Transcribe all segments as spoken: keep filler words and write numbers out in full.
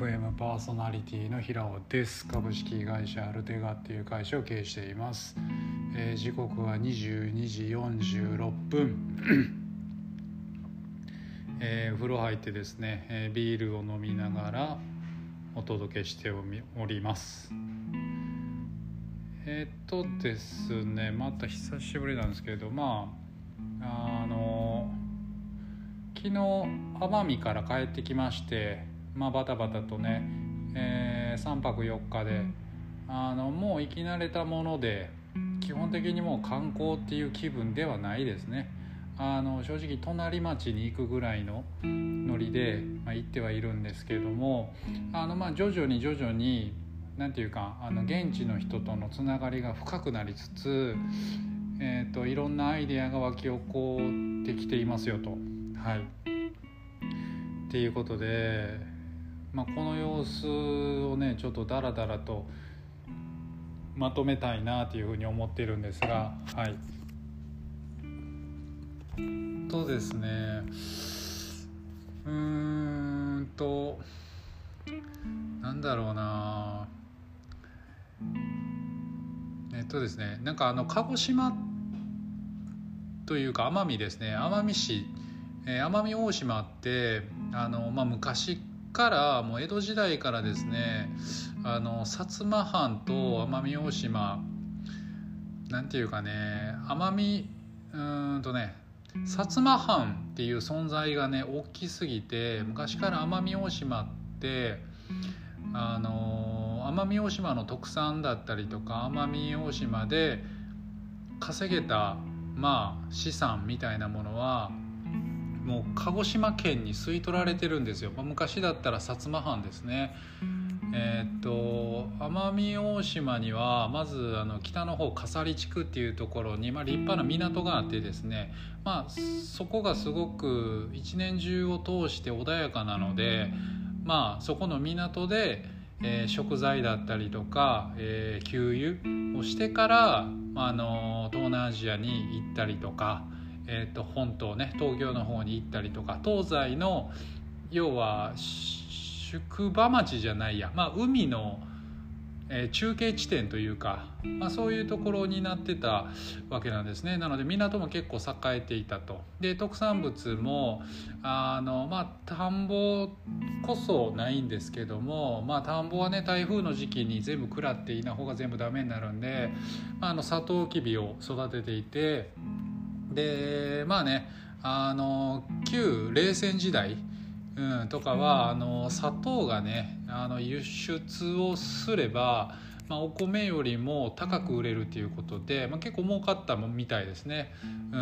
フエム パーソナリティの平尾です。株式会社アルテガっていう会社を経営しています。えー、時刻はにじゅうにじよんじゅうろっぷん、えー、風呂入ってですね、えー、ビールを飲みながらお届けしております。えっとですねまた久しぶりなんですけど、まああの昨日奄美から帰ってきまして、まあ、バタバタとね、えー、さんぱくよっかであのもう生き慣れたもので、基本的にもう観光っていう気分ではないですね。あの正直隣町に行くぐらいのノリで、まあ、行ってはいるんですけども、あのまあ徐々に徐々になんていうかあの現地の人とのつながりが深くなりつつ、えーと、いろんなアイデアが湧き起こってきていますよと。はい。っていうことで、まあ、この様子をねちょっとダラダラとまとめたいなというふうに思っているんですが、はい。とですね、うーんとなんだろうな、えっとですね、なんかあの鹿児島というか奄美ですね、奄美市、えー、奄美大島ってあの、まあ、昔からもう江戸時代からですね、あの薩摩藩と奄美大島なんていうかね、奄美うーんとね薩摩藩っていう存在がね大きすぎて、昔から奄美大島ってあの奄美大島の特産だったりとか、奄美大島で稼げたまあ資産みたいなものはもう鹿児島県に吸い取られてるんですよ。まあ、昔だったら薩摩藩ですね。えー、っと奄美大島にはまずあの北の方笠利地区っていうところに、まあ、立派な港があってですね、まあ、そこがすごく一年中を通して穏やかなので、まあ、そこの港で、えー、食材だったりとか、えー、給油をしてから、あの東南アジアに行ったりとか、えー、と本島ね東京の方に行ったりとか、東西の要は宿場町じゃないや、まあ、海の、えー、中継地点というか、まあ、そういうところになってたわけなんですね。なので港も結構栄えていたと。で特産物もあの、まあ、田んぼこそないんですけども、まあ、田んぼはね台風の時期に全部食らって稲穂が全部ダメになるんで、まあ、あのサトウキビを育てていて、でまあねあの旧冷戦時代うん、とかはあの砂糖がねあの輸出をすれば、まあ、お米よりも高く売れるということで、まあ、結構儲かったみたいですね。うん、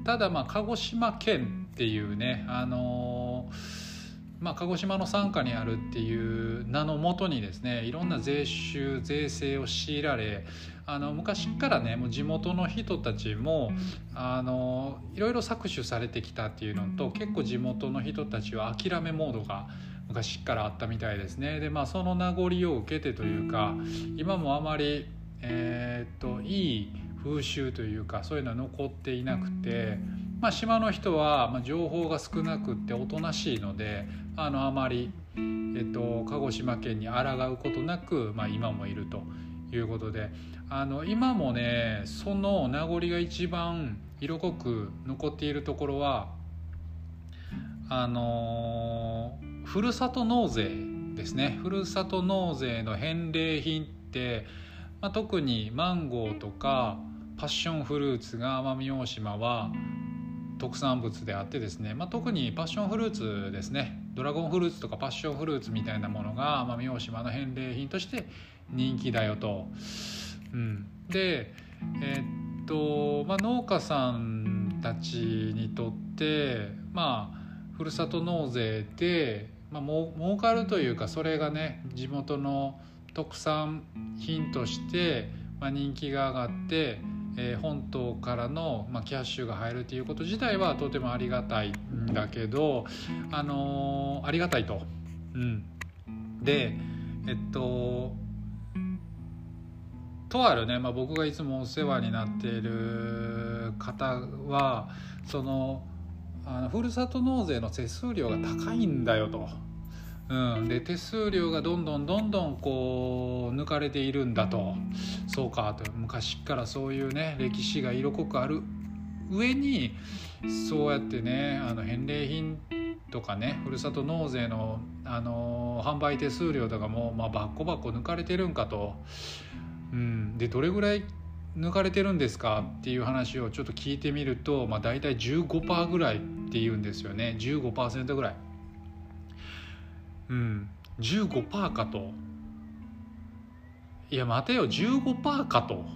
ただまあ鹿児島県っていうねあのまあ、鹿児島の傘下にあるっていう名のもとにですね、いろんな税収税制を強いられ、あの昔からねもう地元の人たちもあのいろいろ搾取されてきたっていうのと、結構地元の人たちは諦めモードが昔からあったみたいですね。でまあその名残を受けてというか、今もあまり、えー、っといい風習というかそういうのは残っていなくて、まあ、島の人は、まあ、情報が少なくっておとなしいので、あのあまり、えっと、鹿児島県に抗うことなく、まあ、今もいるということで、あの今もねその名残が一番色濃く残っているところはあのふるさと納税ですね。ふるさと納税の返礼品って、まあ、特にマンゴーとかパッションフルーツが奄美大島は特産物であってですね、まあ、特にパッションフルーツですね、ドラゴンフルーツとかパッションフルーツみたいなものが奄美大島の返礼品として人気だよと。うん、で、えーっとまあ、農家さんたちにとって、まあ、ふるさと納税で、まあ、も儲かるというか、それがね地元の特産品として、まあ、人気が上がって、えー、本島からの、まあ、キャッシュが入るということ自体はとてもありがたいんだけど、あのー、ありがたいと、うん、でえっととあるね、まあ、僕がいつもお世話になっている方はそのあのふるさと納税の手数料が高いんだよと。 うん、で手数料がどんどんどんどんこう抜かれているんだと。そうかと、昔からそういうね歴史が色濃くある上にそうやってねあの返礼品とかねふるさと納税の、あのー、販売手数料とかも、まあ、バッコバコ抜かれてるんかと、うん、でどれぐらい抜かれてるんですかっていう話をちょっと聞いてみると、まあ、大体 じゅうごパーセント ぐらいっていうんですよね。 じゅうごパーセント ぐらい、うん、じゅうごパーセント かと。いや待てよ じゅうごパーセント かと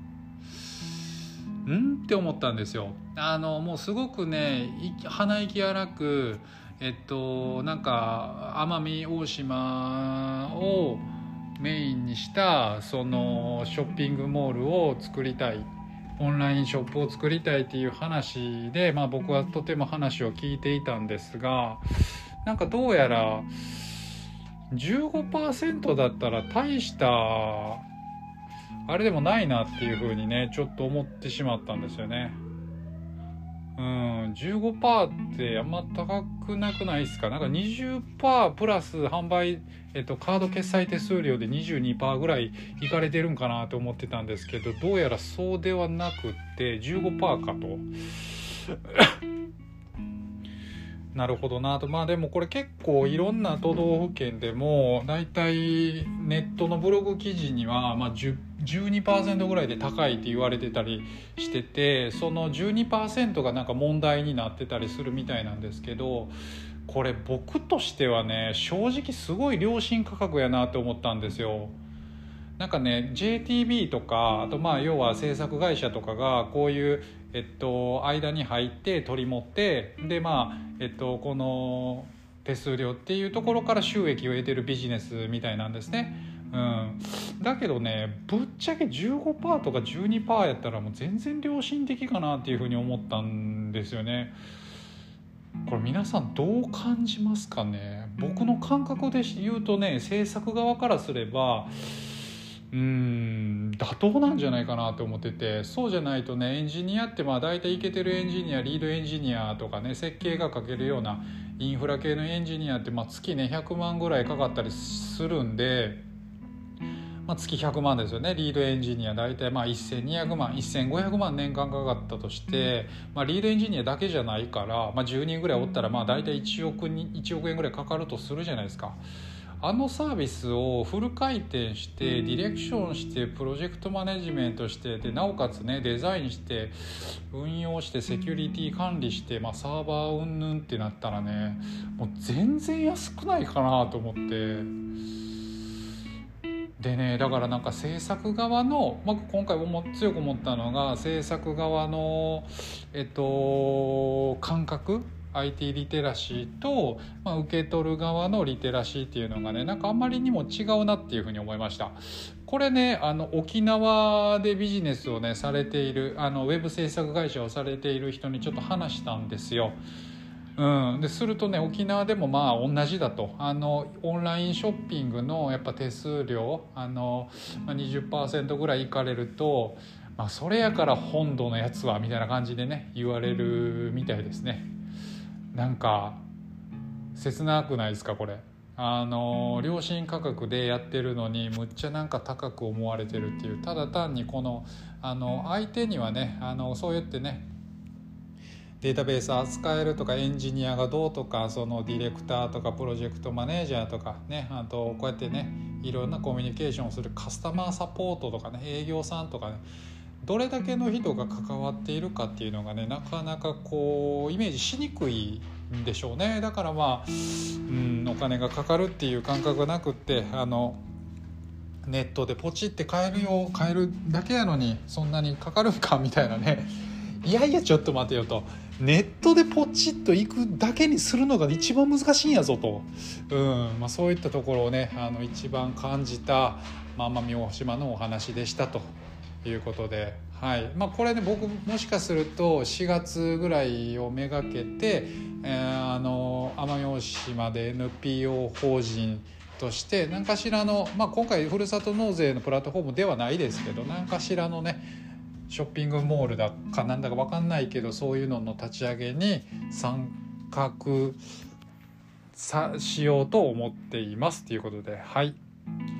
んって思ったんですよ。あのもうすごくね鼻息荒くえっとなんか奄美大島をメインにしたそのショッピングモールを作りたい、オンラインショップを作りたいっていう話で、まあ、僕はとても話を聞いていたんですが、なんかどうやら じゅうごパーセント だったら大したあれでもないなっていう風にねちょっと思ってしまったんですよね。うん、じゅうごパーセント ってあんま高くなくないですか。なんか にじゅっパーセント プラス販売、えっと、カード決済手数料で にじゅうにパーセント ぐらいいかれてるんかなと思ってたんですけど、どうやらそうではなくって じゅうごパーセント かとなるほどなと。まあでもこれ結構いろんな都道府県でもだいたいネットのブログ記事にはまあじゅうじゅうにパーセント ぐらいで高いって言われてたりしてて、その じゅうにパーセント がなんか問題になってたりするみたいなんですけど、これ僕としてはね正直すごい良心価格やなと思ったんですよ。なんかね ジェイティービー とかあとまあ要は制作会社とかがこういうえっと間に入って取り持ってでまあえっとこの手数料っていうところから収益を得てるビジネスみたいなんですね。うん、だけどねぶっちゃけ じゅうごパーセント とか じゅうにパーセント やったらもう全然良心的かなっていうふうに思ったんですよね。これ皆さんどう感じますかね。僕の感覚で言うとね制作側からすればうーん妥当なんじゃないかなと思ってて、そうじゃないとねエンジニアってまあ大体イケてるエンジニアリードエンジニアとかね設計がかけるようなインフラ系のエンジニアってまあ月ねひゃくまんぐらいかかったりするんで、まあ、月ひゃくまんですよね。リードエンジニア大体まあせんにひゃくまんせんごひゃくまん年間かかったとして、まあ、リードエンジニアだけじゃないから、まあ、じゅうにんぐらいおったらまあ大体いちおくにいちおくえんぐらいかかるとするじゃないですか。あのサービスをフル回転してディレクションしてプロジェクトマネジメントしてでなおかつねデザインして運用してセキュリティ管理して、まあ、サーバーうんぬんってなったらねもう全然安くないかなと思って。でねだからなんか制作側の、まあ、今回も強く思ったのが制作側のえっと感覚アイティー リテラシーと、まあ、受け取る側のリテラシーっていうのがねなんかあんまりにも違うなっていうふうに思いました。これねあの沖縄でビジネスをねされているあのウェブ制作会社をされている人にちょっと話したんですよ。うん、でするとね沖縄でもまあ同じだと。あのオンラインショッピングのやっぱ手数料あの、まあ、にじゅっパーセント ぐらいいかれると、まあ、それやから本土のやつはみたいな感じでね言われるみたいですね。なんか切なくないですかこれ。あの良心価格でやってるのにむっちゃなんか高く思われてるっていう、ただ単にこのあの相手にはねあのそう言ってねデータベース扱えるとかエンジニアがどうとかそのディレクターとかプロジェクトマネージャーとかねあとこうやってねいろんなコミュニケーションをするカスタマーサポートとかね営業さんとかねどれだけの人が関わっているかっていうのがねなかなかこうイメージしにくいんでしょうね。だからまあ、うん、お金がかかるっていう感覚がなくってあのネットでポチって買えるよ買えるだけやのにそんなにかかるんかみたいなね。いやいやちょっと待てよと、ネットでポチッと行くだけにするのが一番難しいんやぞと、うんまあ、そういったところをねあの一番感じた奄美大島のお話でしたということで、はいまあ、これね僕もしかするとしがつぐらいをめがけて、えー、あの奄美大島で エヌピーオー 法人として何かしらの、まあ、今回ふるさと納税のプラットフォームではないですけど何かしらのねショッピングモールだかなんだか分かんないけどそういうのの立ち上げに参画さしようと思っていますということで、はい、